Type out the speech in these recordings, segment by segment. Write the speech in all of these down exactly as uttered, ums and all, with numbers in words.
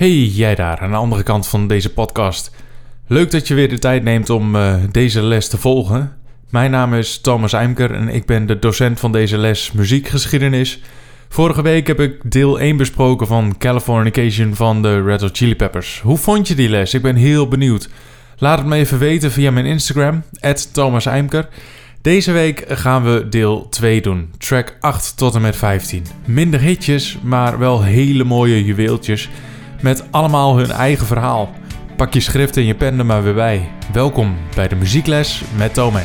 Hey, jij daar aan de andere kant van deze podcast. Leuk dat je weer de tijd neemt om uh, deze les te volgen. Mijn naam is Thomas Eimker en ik ben de docent van deze les muziekgeschiedenis. Vorige week heb ik deel één besproken van Californication van de Red Hot Chili Peppers. Hoe vond je die les? Ik ben heel benieuwd. Laat het me even weten via mijn Instagram, at Thomas Eimker. Deze week gaan we deel twee doen, track acht tot en met vijftien. Minder hitjes, maar wel hele mooie juweeltjes met allemaal hun eigen verhaal. Pak je schrift en je pen er maar weer bij. Welkom bij de muziekles met Thomas.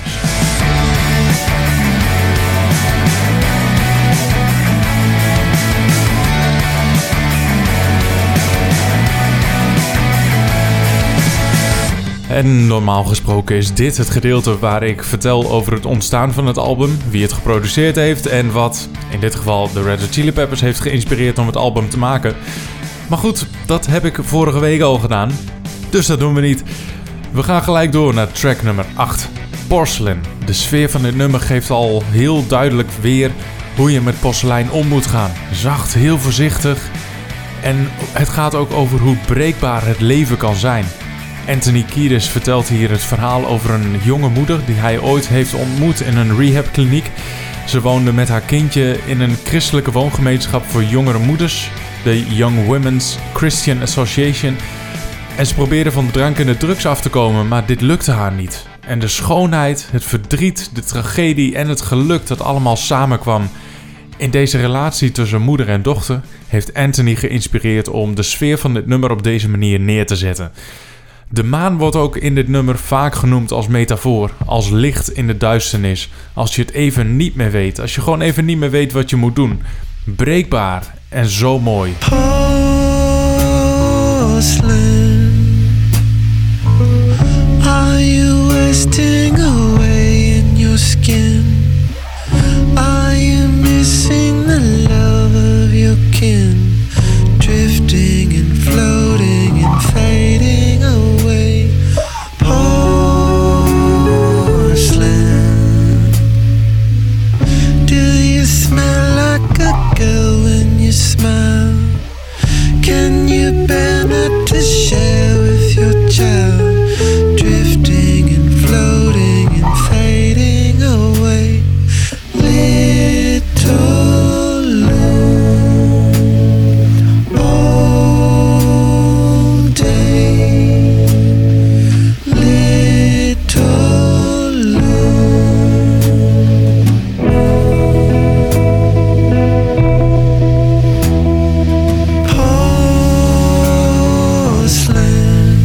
En normaal gesproken is dit het gedeelte waar ik vertel over het ontstaan van het album, wie het geproduceerd heeft en wat, in dit geval de Red Hot Chili Peppers, heeft geïnspireerd om het album te maken. Maar goed, dat heb ik vorige week al gedaan, dus dat doen we niet. We gaan gelijk door naar track nummer acht, Porcelain. De sfeer van dit nummer geeft al heel duidelijk weer hoe je met porselein om moet gaan. Zacht, heel voorzichtig en het gaat ook over hoe breekbaar het leven kan zijn. Anthony Kiedis vertelt hier het verhaal over een jonge moeder die hij ooit heeft ontmoet in een rehabkliniek. Ze woonde met haar kindje in een christelijke woongemeenschap voor jongere moeders, de Young Women's Christian Association. En ze probeerde van de drank en de drugs af te komen, maar dit lukte haar niet. En de schoonheid, het verdriet, de tragedie en het geluk dat allemaal samenkwam in deze relatie tussen moeder en dochter heeft Anthony geïnspireerd om de sfeer van dit nummer op deze manier neer te zetten. De maan wordt ook in dit nummer vaak genoemd als metafoor, als licht in de duisternis. Als je het even niet meer weet, als je gewoon even niet meer weet wat je moet doen. Breekbaar en zo mooi. Porcelain, are you wasting away in your skin? Are you missing the love of your kin? Drifting and floating and fading away. Porcelain, do you smell like a girl when you smile? Can you bear not to share with your child? Drifting and floating and fading away. Little loon, all day. Little loon. Porcelain,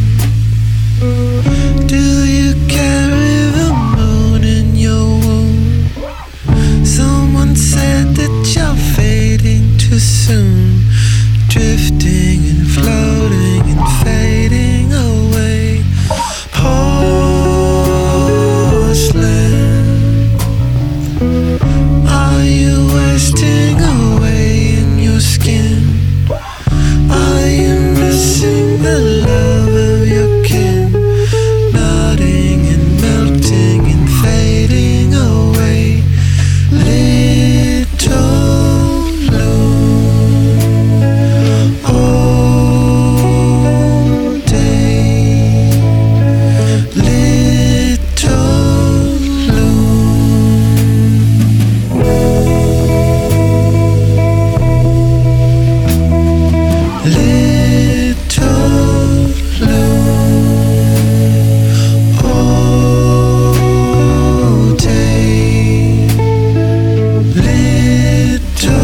do you carry the moon in your womb? Someone said that you're fading too soon, drifting and floating and fading away. Porcelain, are you wasting away in your skin? Are you missing the love of your kin? Nodding and melting and fading away. Little loon, all day. Little Little loon, all day. Little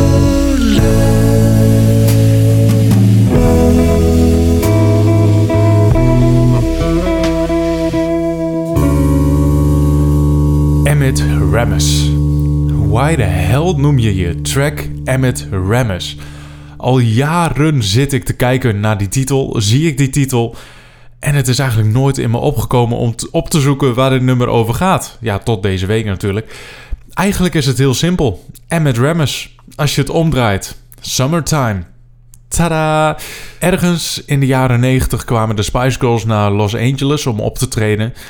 Emmett Rammus. Why the hell noem je je track Emmett Rammus? Al jaren zit ik te kijken naar die titel, zie ik die titel en het is eigenlijk nooit in me opgekomen om t- op te zoeken waar dit nummer over gaat. Ja, tot deze week natuurlijk. Eigenlijk is het heel simpel. Emmett Rammus, als je het omdraait. Summertime. Tada! Ergens in de jaren negentig kwamen de Spice Girls naar Los Angeles om op te treden.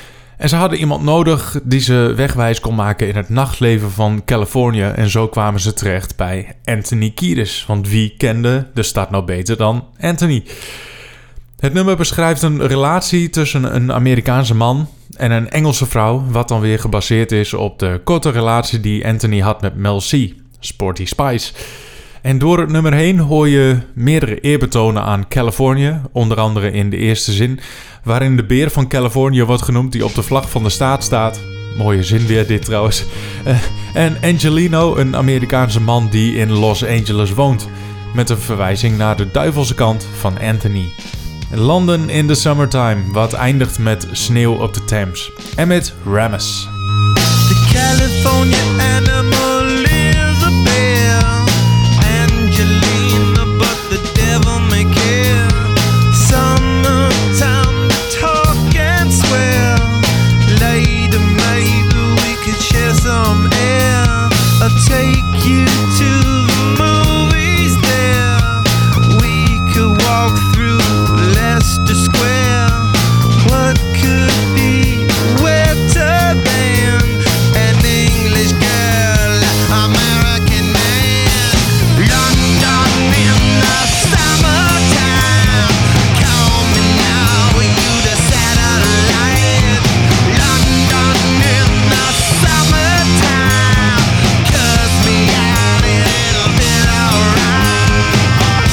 En ze hadden iemand nodig die ze wegwijs kon maken in het nachtleven van Californië. En zo kwamen ze terecht bij Anthony Kiedis. Want wie kende de stad nou beter dan Anthony? Het nummer beschrijft een relatie tussen een Amerikaanse man en een Engelse vrouw, wat dan weer gebaseerd is op de korte relatie die Anthony had met Mel C, Sporty Spice. En door het nummer heen hoor je meerdere eerbetonen aan Californië, onder andere in de eerste zin, waarin de beer van Californië wordt genoemd die op de vlag van de staat staat. Mooie zin weer dit trouwens. Uh, en Angelino, een Amerikaanse man die in Los Angeles woont, met een verwijzing naar de duivelse kant van Anthony. London in the Summertime, wat eindigt met Sneeuw op de Thames. En met Ramis. The California animal is a bear. Angelina, but the devil may care. Summertime to talk and swear. Later maybe we could share some air. I'll take you to the movies there. We could walk through Leicester Square. What could be wetter than an English girl, American man? London in the summertime. Call me now, you the satellite. London in the summertime. Cuss me out and it'll be alright.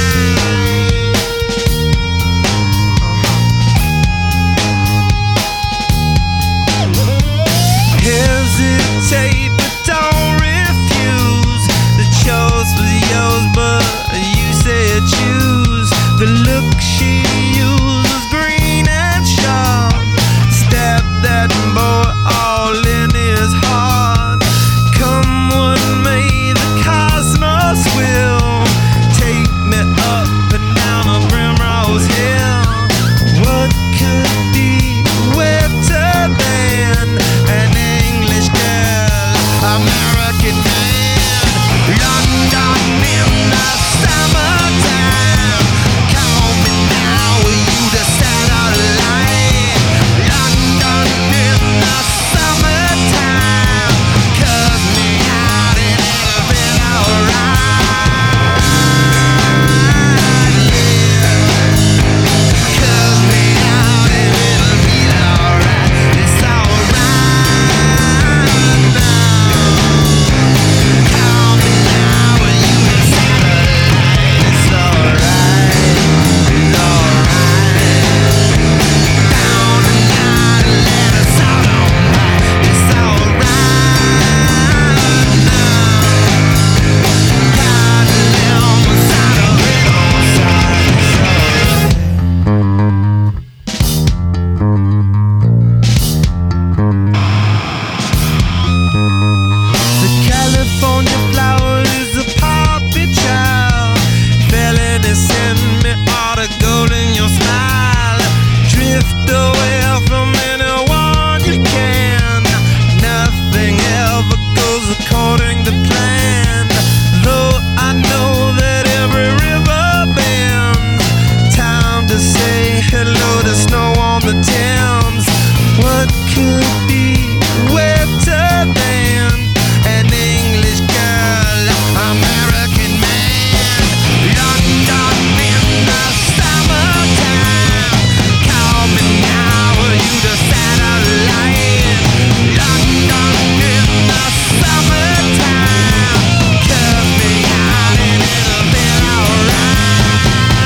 Hesitate, but don't refuse. The choice was yours, but you said choose. The look she used was green and sharp. Stab that boy all in his heart. Come what may, the cosmos will take me up and down a Primrose Hill. What could be wetter than an English girl, American man? London in the summertime. Call me now, you the satellite. London in the summertime. Cuss me out and it'll be alright. Yeah. Cuss me out and it'll be alright. It's alright now. Call me now and you the satellite. It's alright. It's alright. Down and out and let us out alright. It's alright now. God alone beside of it all sides. The California flower is a poppy child. Failing to send me all the gold in your smile. Drift away from anyone you can. Nothing ever goes according to plan. Though I know that every river bends. Time to say hello to snow on the Thames. What could be wetter than an English girl, American man? London in the summertime. Call me now, you the satellite. London in the summertime. Cuss me out and it'll be alright.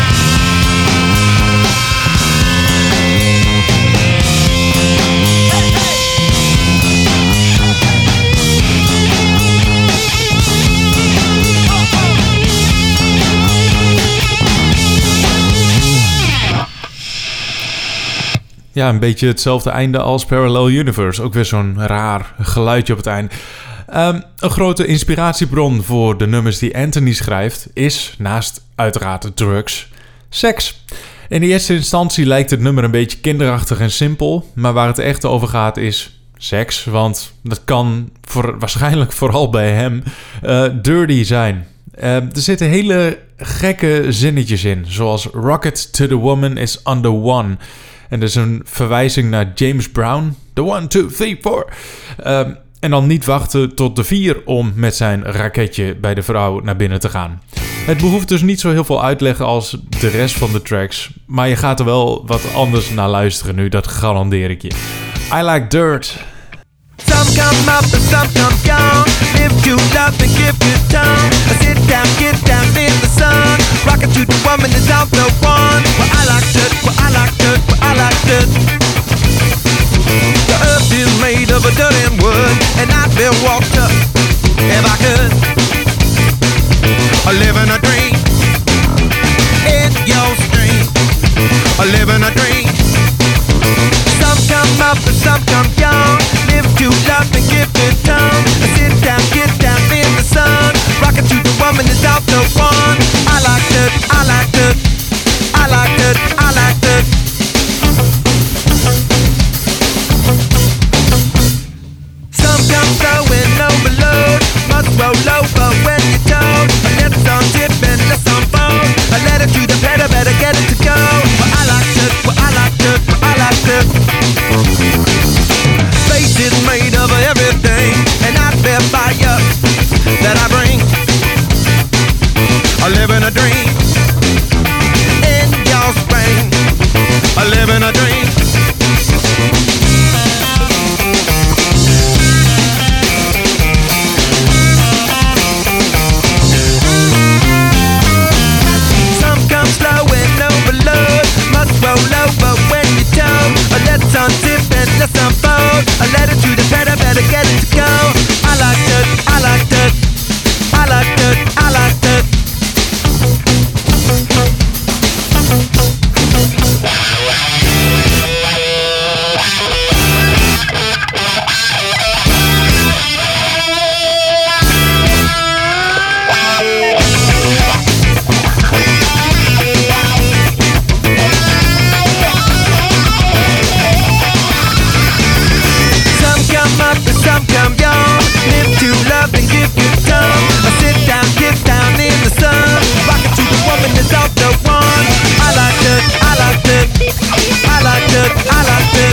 Ja, een beetje hetzelfde einde als Parallel Universe. Ook weer zo'n raar geluidje op het einde. Um, een grote inspiratiebron voor de nummers die Anthony schrijft is, naast uiteraard drugs, seks. In de eerste instantie lijkt het nummer een beetje kinderachtig en simpel, maar waar het echt over gaat is seks, want dat kan voor, waarschijnlijk vooral bij hem uh, dirty zijn. Uh, er zitten hele gekke zinnetjes in, zoals Rocket to the woman is under one. En dat is een verwijzing naar James Brown, The one, two, three, four. Um, en dan niet wachten tot de vier om met zijn raketje bij de vrouw naar binnen te gaan. Het behoeft dus niet zo heel veel uitleg als de rest van de tracks. Maar je gaat er wel wat anders naar luisteren nu, dat garandeer ik je. I Like Dirt. Some come up and some come down. Live to love and give good time. Sit down, get down in the sun. Rock it to the woman is out the one. Well, I like it, well, I like it, well, I like it. The earth is made of a dirt and wood, and I'd be walked up if I could. I live in a dream, in your stream. I live in a dream. Some come up and some come down. Live to love and give good time. Sit down, get down in the sun. Rock it to the woman is out the one. I like it, I like it, I like it, I like it. Some come going overload. Must roll over when you're told. I let it on tip and let some fold. I let it to the better, better get it to go. Well, I like it, well, I like it, well, I like it. Space is made of everything, and I bear fire that I bring. I live in a dream, in your spring. I live in a dream. Some come slow and overload. Must roll over when you're told. Let's untip and let's unfold. I let it to the better, better get it to go. I like it, I like it, I like it, I like it. Some come young, live to love and give good time. I sit down, get down in the sun. Rock it to the woman that's out the one. I like it, I like it, I like it, I like it.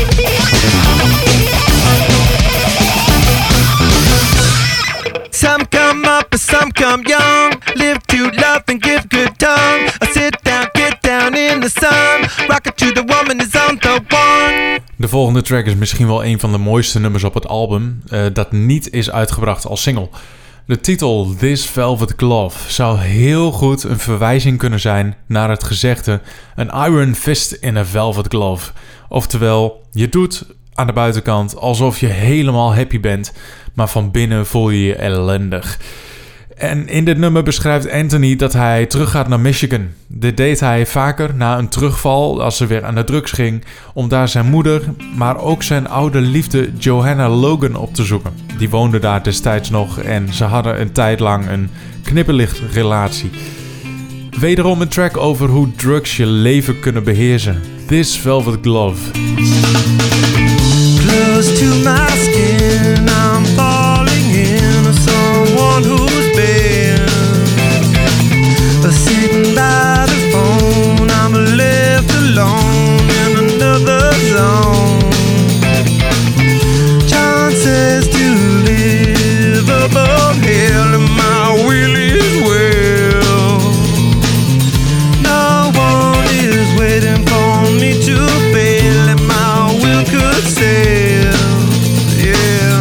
Some come up and some come young. Live to love and give good time. I sit down, get down in the sun. Rock it to the woman that's on the one. De volgende track is misschien wel een van de mooiste nummers op het album, uh, dat niet is uitgebracht als single. De titel This Velvet Glove zou heel goed een verwijzing kunnen zijn naar het gezegde An iron fist in a velvet glove. Oftewel, je doet aan de buitenkant alsof je helemaal happy bent, maar van binnen voel je je ellendig. En in dit nummer beschrijft Anthony dat hij teruggaat naar Michigan. Dit deed hij vaker na een terugval als ze weer aan de drugs ging, om daar zijn moeder, maar ook zijn oude liefde Johanna Logan op te zoeken. Die woonde daar destijds nog en ze hadden een tijd lang een knipperlichtrelatie. Wederom een track over hoe drugs je leven kunnen beheersen. This Velvet Glove. Close to my skin, I'm falling in someone who's been sitting by the phone. I'm left alone in another zone. Chances to live above hell, and my will is well. No one is waiting for me to fail, and my will could sail. Yeah.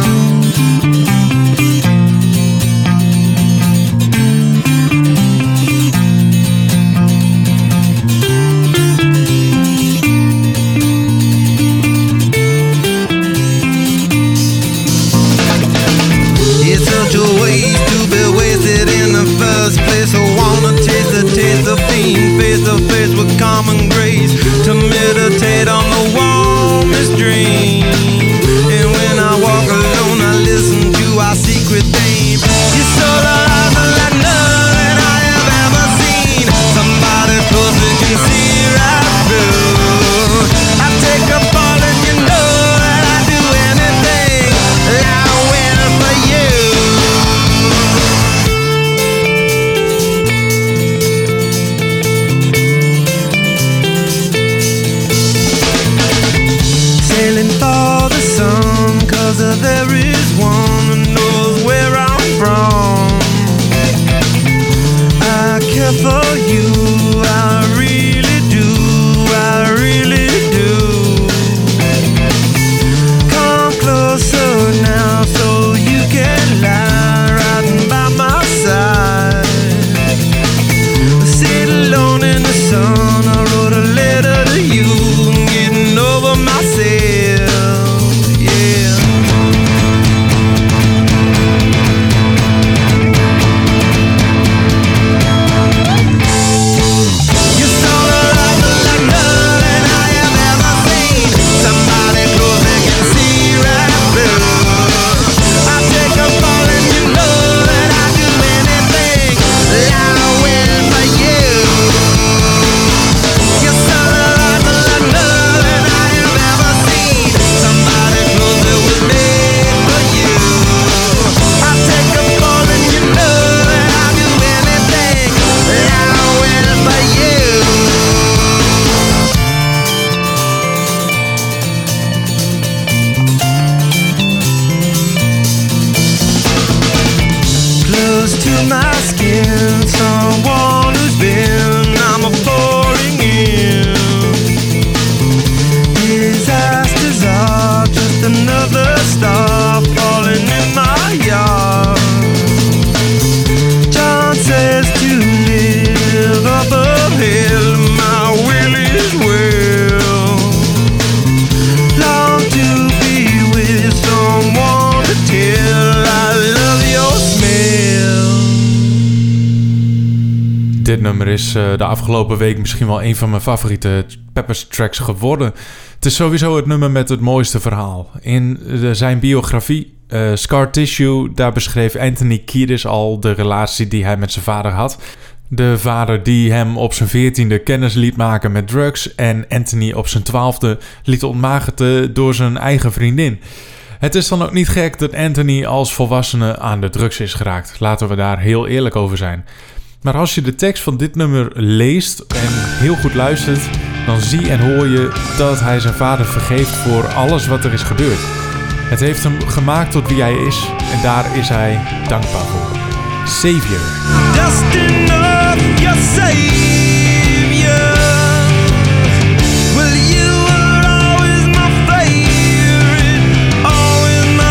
Face to face with common grace, to meditate on the warmest dream. And when I walk alone, I listen to our secret theme. You're so alive like none I have ever seen. Somebody close me can see right through. I take a fall and you know that I do anything I will for you. there is one who knows where I'm from. I care for you, I really do, I really do. Come closer now so you can lie right by my side. Sit alone in the sun, I wrote a letter to you, getting over myself, yeah. You saw the light like nothing I have ever seen. Somebody close they can see right through. I take a fall and you know that I'd do anything that I will for you. You saw the light like nothing I have ever seen. Somebody close it was made for you. I take a fall and you know that I'd do anything that I will for you. Close to my skin, someone who's been, I'm a falling in. Disasters are just another star falling in my yard. John says to live up ahead, my will is well. Long to be with someone to tell I love your smell. Dit nummer is uh, de afgelopen week misschien wel een van mijn favoriete Peppers tracks geworden. Het is sowieso het nummer met het mooiste verhaal. In de, zijn biografie, uh, Scar Tissue, daar beschreef Anthony Kiedis al de relatie die hij met zijn vader had. De vader die hem op zijn veertiende kennis liet maken met drugs en Anthony op zijn twaalfde liet ontmaagden door zijn eigen vriendin. Het is dan ook niet gek dat Anthony als volwassene aan de drugs is geraakt. Laten we daar heel eerlijk over zijn. Maar als je de tekst van dit nummer leest en heel goed luistert, dan zie en hoor je dat hij zijn vader vergeeft voor alles wat er is gebeurd. Het heeft hem gemaakt tot wie hij is en daar is hij dankbaar voor. Savior. Just enough, your savior. Well, you were always my favorite, always my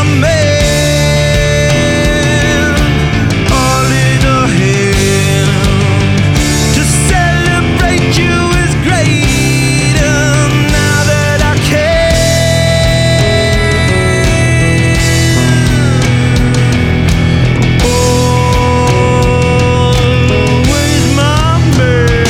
man. All in a hand to celebrate you is great. Now that I can. Always my man.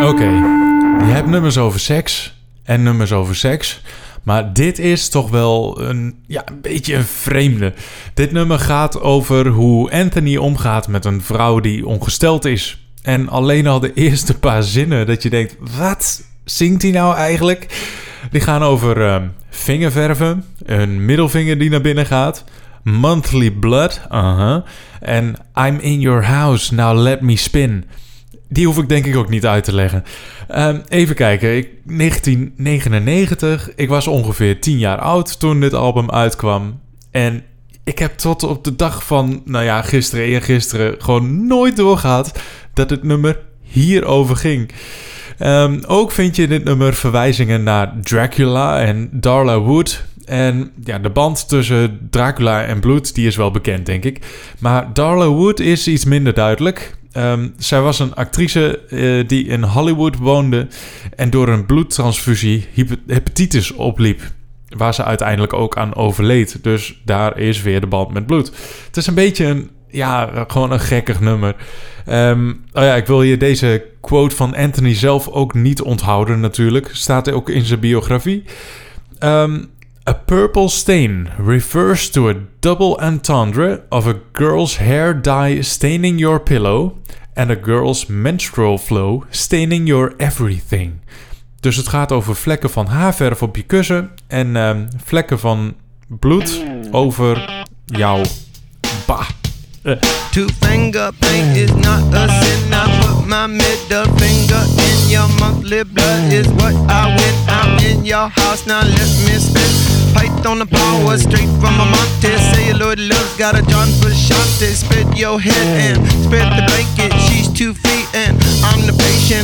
Oké, okay. Je hebt nummers over seks en nummers over seks. Maar dit is toch wel een, ja, een beetje een vreemde. Dit nummer gaat over hoe Anthony omgaat met een vrouw die ongesteld is. En alleen al de eerste paar zinnen dat je denkt, wat zingt hij nou eigenlijk? Die gaan over uh, vingerverven, een middelvinger die naar binnen gaat, monthly blood, uh-huh, en I'm in your house, now let me spin. Die hoef ik denk ik ook niet uit te leggen. Um, even kijken, ik, negentien negenennegentig, ik was ongeveer tien jaar oud toen dit album uitkwam. En ik heb tot op de dag van, nou ja, gisteren en gisteren gewoon nooit doorgehad dat het nummer hierover ging. Um, ook vind je in dit nummer verwijzingen naar Dracula en Darla Wood. En ja, de band tussen Dracula en bloed, die is wel bekend, denk ik. Maar Darla Wood is iets minder duidelijk. Um, zij was een actrice uh, die in Hollywood woonde en door een bloedtransfusie hepatitis opliep, waar ze uiteindelijk ook aan overleed. Dus daar is weer de band met bloed. Het is een beetje een, ja, gewoon een gekkig nummer. Um, oh ja, ik wil je deze quote van Anthony zelf ook niet onthouden natuurlijk. Staat ook in zijn biografie. Um, A purple stain refers to a double entendre of a girl's hair dye staining your pillow and a girl's menstrual flow staining your everything. Dus het gaat over vlekken van haarverf op je kussen en um, vlekken van bloed over jouw ba. Uh. Two finger paint is not a sin. I put my middle finger in your monthly blood is what I win. I'm in your house, now let me spin. Python the power straight from a Monte. Celluloid love's got a John Frusciante. Spread your head and spread the blanket. She's two feet and I'm the patient.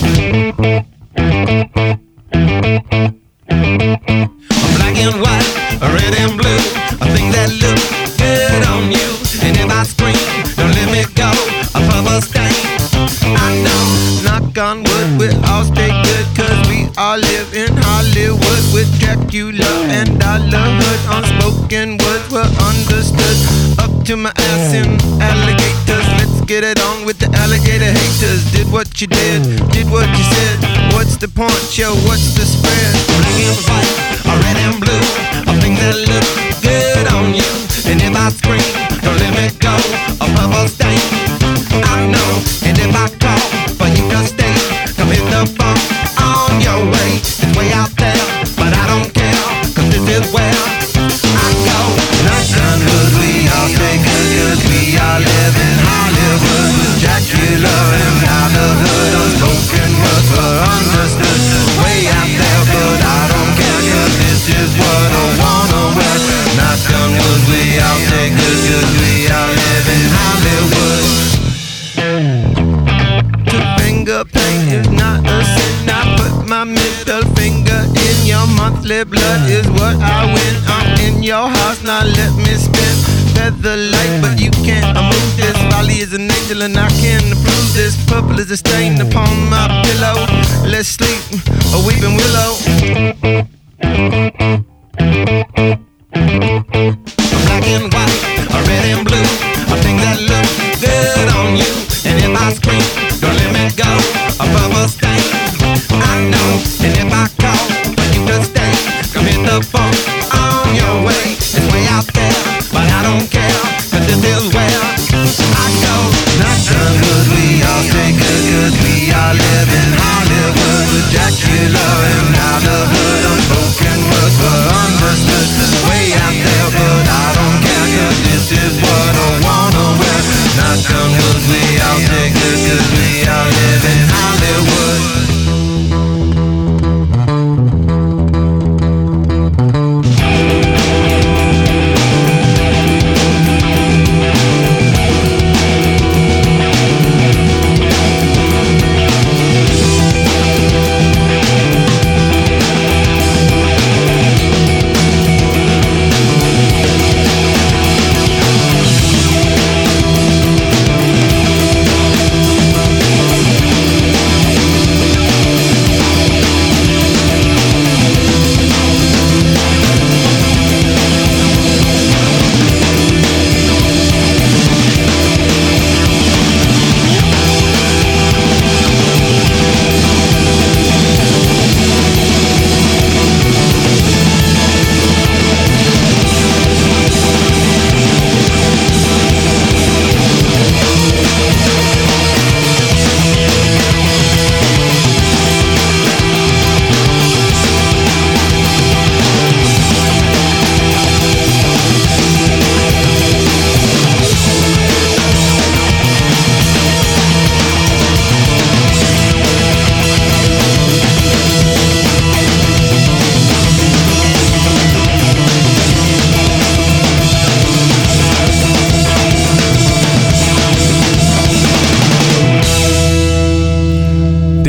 Black and white, red and blue, a thing that looks good on you. And if I scream, don't let me go, a purple stain. I know, knock on wood, we all stay good, cause we all live in Hollywood with Dracula and Dollar Hood. Unspoken words were understood, up to my ass in alligators. Let's get it on with the alligator haters. Did what you did, did what you said. What's the point, yo, what's the spread? Black and white, or red and blue, a thing that looks good on you. And if I scream, don't let me go, a purple stain. I know, and if I call for you to stay, come hit the phone on your way. It's way out there, but I don't care, cause this is where I go. Knock wood, we all stay good, cause we all live in Hollywood with Dracula and Dollar Hood. Unspoken words were understood, way out there, but I don't care, cause this is what I wanna wear. Knock on wood, we all stay good, cause we all live in Hollywood. Two finger paint is not a sin. I put my middle finger in your monthly blood is what I win. I'm in your house, now let me spin. Feather light, but you can't move this. Folly is an angel and I can't approve this. Purple is a stain upon my pillow. Let's sleep, a weeping willow. Black and white, or red and blue, a thing that looks good on you. And if I scream, don't let me go, a purple stain. I know, and if I call for you to stay, come hit the phone on your way. It's way out there, but I don't care, cause this is where I go. Not done good, we all stay good, cause we all live in Hollywood with Dracula and Dollar Hood. Unspoken words were understood, way out there, but I don't care, cause this is what I wanna wear. Not done good, we all stay good, cause we all live in Hollywood.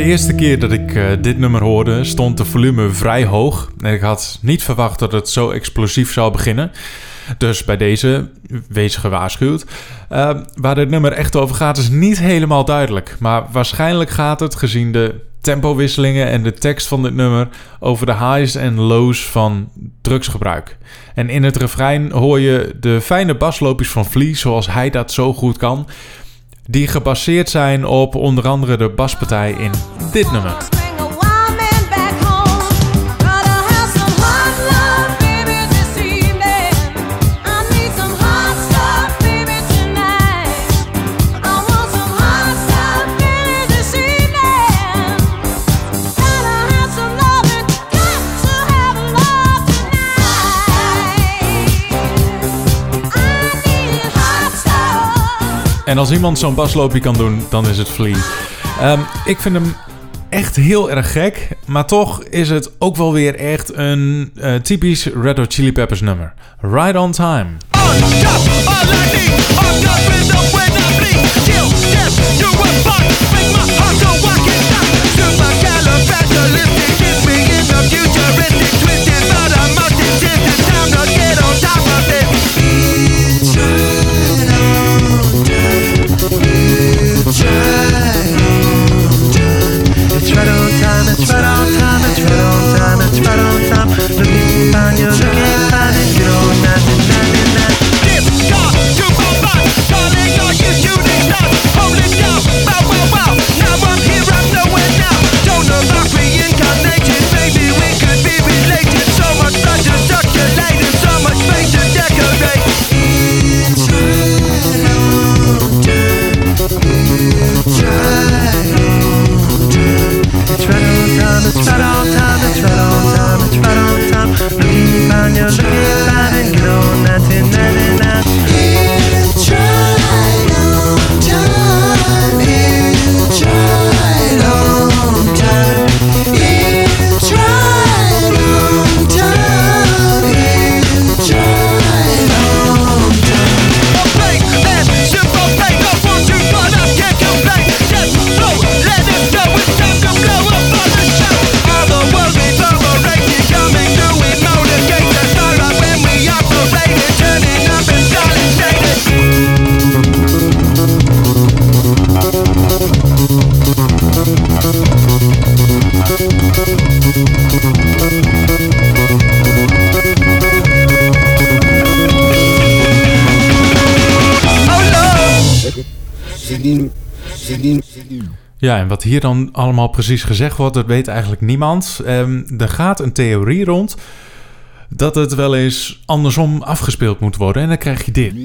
eerste keer dat ik uh, dit nummer hoorde stond de volume vrij hoog. En ik had niet verwacht dat het zo explosief zou beginnen. Dus bij deze, wees gewaarschuwd. Uh, waar dit nummer echt over gaat is niet helemaal duidelijk. Maar waarschijnlijk gaat het, gezien de tempowisselingen en de tekst van dit nummer, over de highs en lows van drugsgebruik. En in het refrein hoor je de fijne basloopjes van Flea, zoals hij dat zo goed kan, die gebaseerd zijn op onder andere de baspartij in dit nummer. En als iemand zo'n basloopje kan doen, dan is het Flea. Um, ik vind hem echt heel erg gek, maar toch is het ook wel weer echt een uh, typisch Red Hot Chili Peppers nummer. Right on Time. It's right on time, it's right on time, it's right on time, it's right on time. Looking fine, you're looking fine, and you know nothing, nothing, nothing. This car, two four five, calling all you shooting stars, holding down, wow, wow, wow. Now I'm here, I'm nowhere now. Don't know about reincarnation, maybe we could be related. So much blood to circulate, and so much space to decorate. It's right on time, it's right on. It's right on time, it's right on time, it's right on time, it's right on time. Looking fine, you're looking fine, and you know nineteen ninety-nine. It's right on time, it's right on time. It's right on time, it's right on time. A break, man, simple break, no one, two, one, I can't complain. Just flow, let it go, it's time to blow up on the show. All the world reverberating, coming through with motivation. Start up when we operate it, turning up and solid stated. Ja, en wat hier dan allemaal precies gezegd wordt, dat weet eigenlijk niemand. Um, er gaat een theorie rond dat het wel eens andersom afgespeeld moet worden. En dan krijg je dit.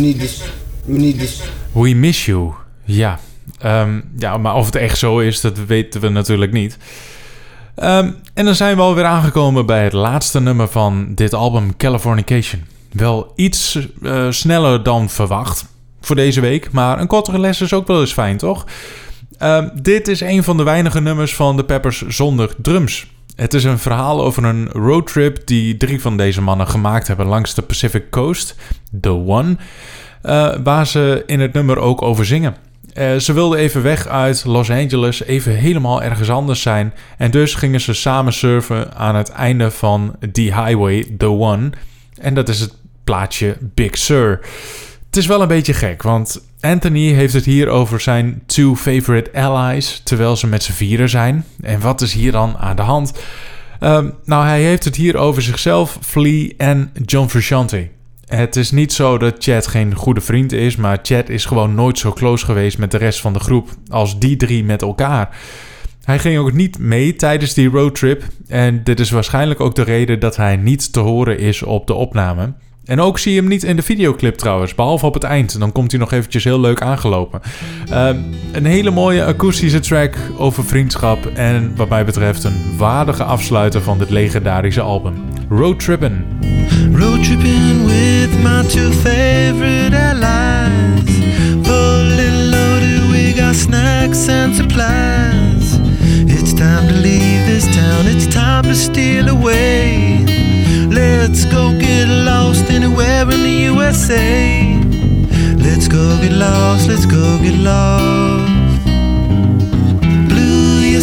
We miss you. Ja, um, ja, maar of het echt zo is, dat weten we natuurlijk niet. Um, en dan zijn we alweer aangekomen bij het laatste nummer van dit album, Californication. Wel iets uh, sneller dan verwacht voor deze week, maar een kortere les is ook wel eens fijn, toch? Uh, dit is een van de weinige nummers van de Peppers zonder drums. Het is een verhaal over een roadtrip die drie van deze mannen gemaakt hebben langs de Pacific Coast, The One, uh, waar ze in het nummer ook over zingen. Uh, ze wilden even weg uit Los Angeles, even helemaal ergens anders zijn. En dus gingen ze samen surfen aan het einde van die highway, The One. En dat is het plaatje Big Sur. Het is wel een beetje gek, want Anthony heeft het hier over zijn two favorite allies, terwijl ze met z'n vieren zijn. En wat is hier dan aan de hand? Uh, nou, hij heeft het hier over zichzelf, Flea en John Frusciante. Het is niet zo dat Chad geen goede vriend is, maar Chad is gewoon nooit zo close geweest met de rest van de groep als die drie met elkaar. Hij ging ook niet mee tijdens die roadtrip en dit is waarschijnlijk ook de reden dat hij niet te horen is op de opname. En ook zie je hem niet in de videoclip trouwens, behalve op het eind. Dan komt hij nog eventjes heel leuk aangelopen. Uh, een hele mooie akoestische track over vriendschap en wat mij betreft een waardige afsluiter van dit legendarische album. Roadtrippin'. Roadtrippin' with my two favorite allies. Fully loaded, we got snacks and supplies. It's time to leave this town, it's time to steal away. Let's go get lost anywhere in the U S A. Let's go get lost, let's go get lost. Blue, you say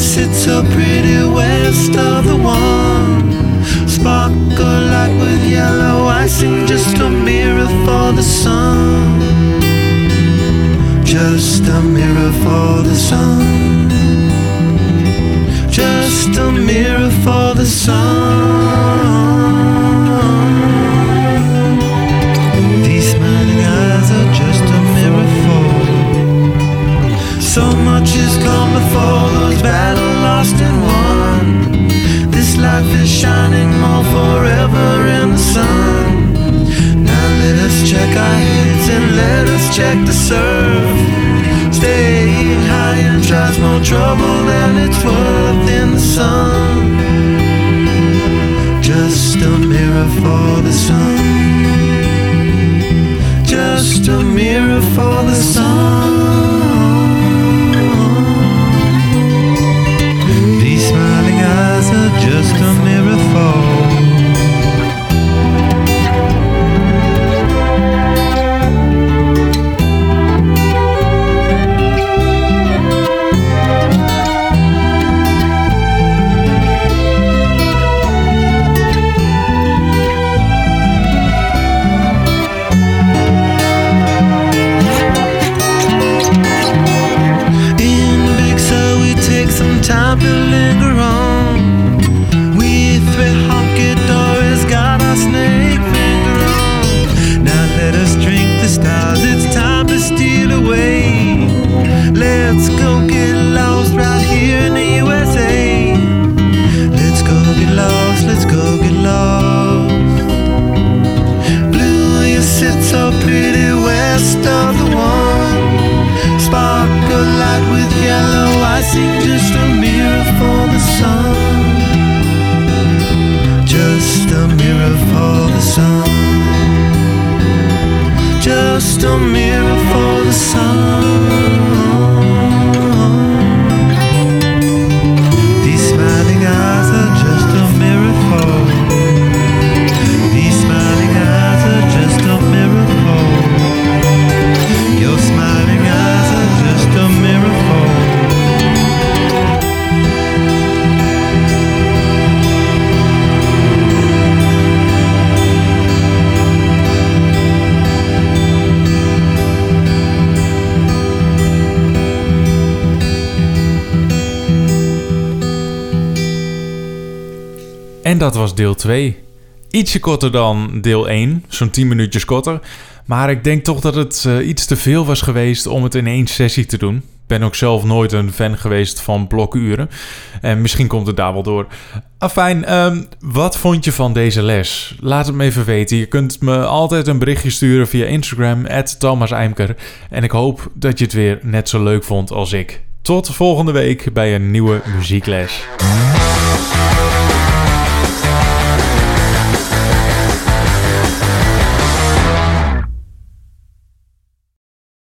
so pretty west of the one. Sparkle like with yellow icing, just a mirror for the sun. Just a mirror for the sun. Just a mirror for the sun. These smiling eyes are just a mirror for. So much has come before, those battles lost and won. This life is shining more forever in the sun. Now let us check our heads and let us check the surf. Staying high and tries more trouble than it's worth in the sun. Just a mirror for the sun. Just a mirror for the sun. These smiling eyes are just a mirror for. Time to linger on. We three honky dories got our snake finger on. Now let us drink the stars, it's time to steal away. Let's go get lost right here in the U S A. Let's go get lost, let's go get lost. Blue, you sit so pretty west of the one. Sparkle light with yellow icing, just a mirror for the sun. Just a mirror for the sun. Just a mirror for the sun. These smiling eyes are just a mirror for. These smiling eyes are just a mirror for. Your smiling eyes are just a mirror for. En dat was deel twee. Ietsje korter dan deel één, zo'n tien minuutjes korter. Maar ik denk toch dat het uh, iets te veel was geweest om het in één sessie te doen. Ik ben ook zelf nooit een fan geweest van blokuren. En misschien komt het daar wel door. Afijn, um, wat vond je van deze les? Laat het me even weten. Je kunt me altijd een berichtje sturen via Instagram, at Thomas Eimker. En ik hoop dat je het weer net zo leuk vond als ik. Tot volgende week bij een nieuwe muziekles.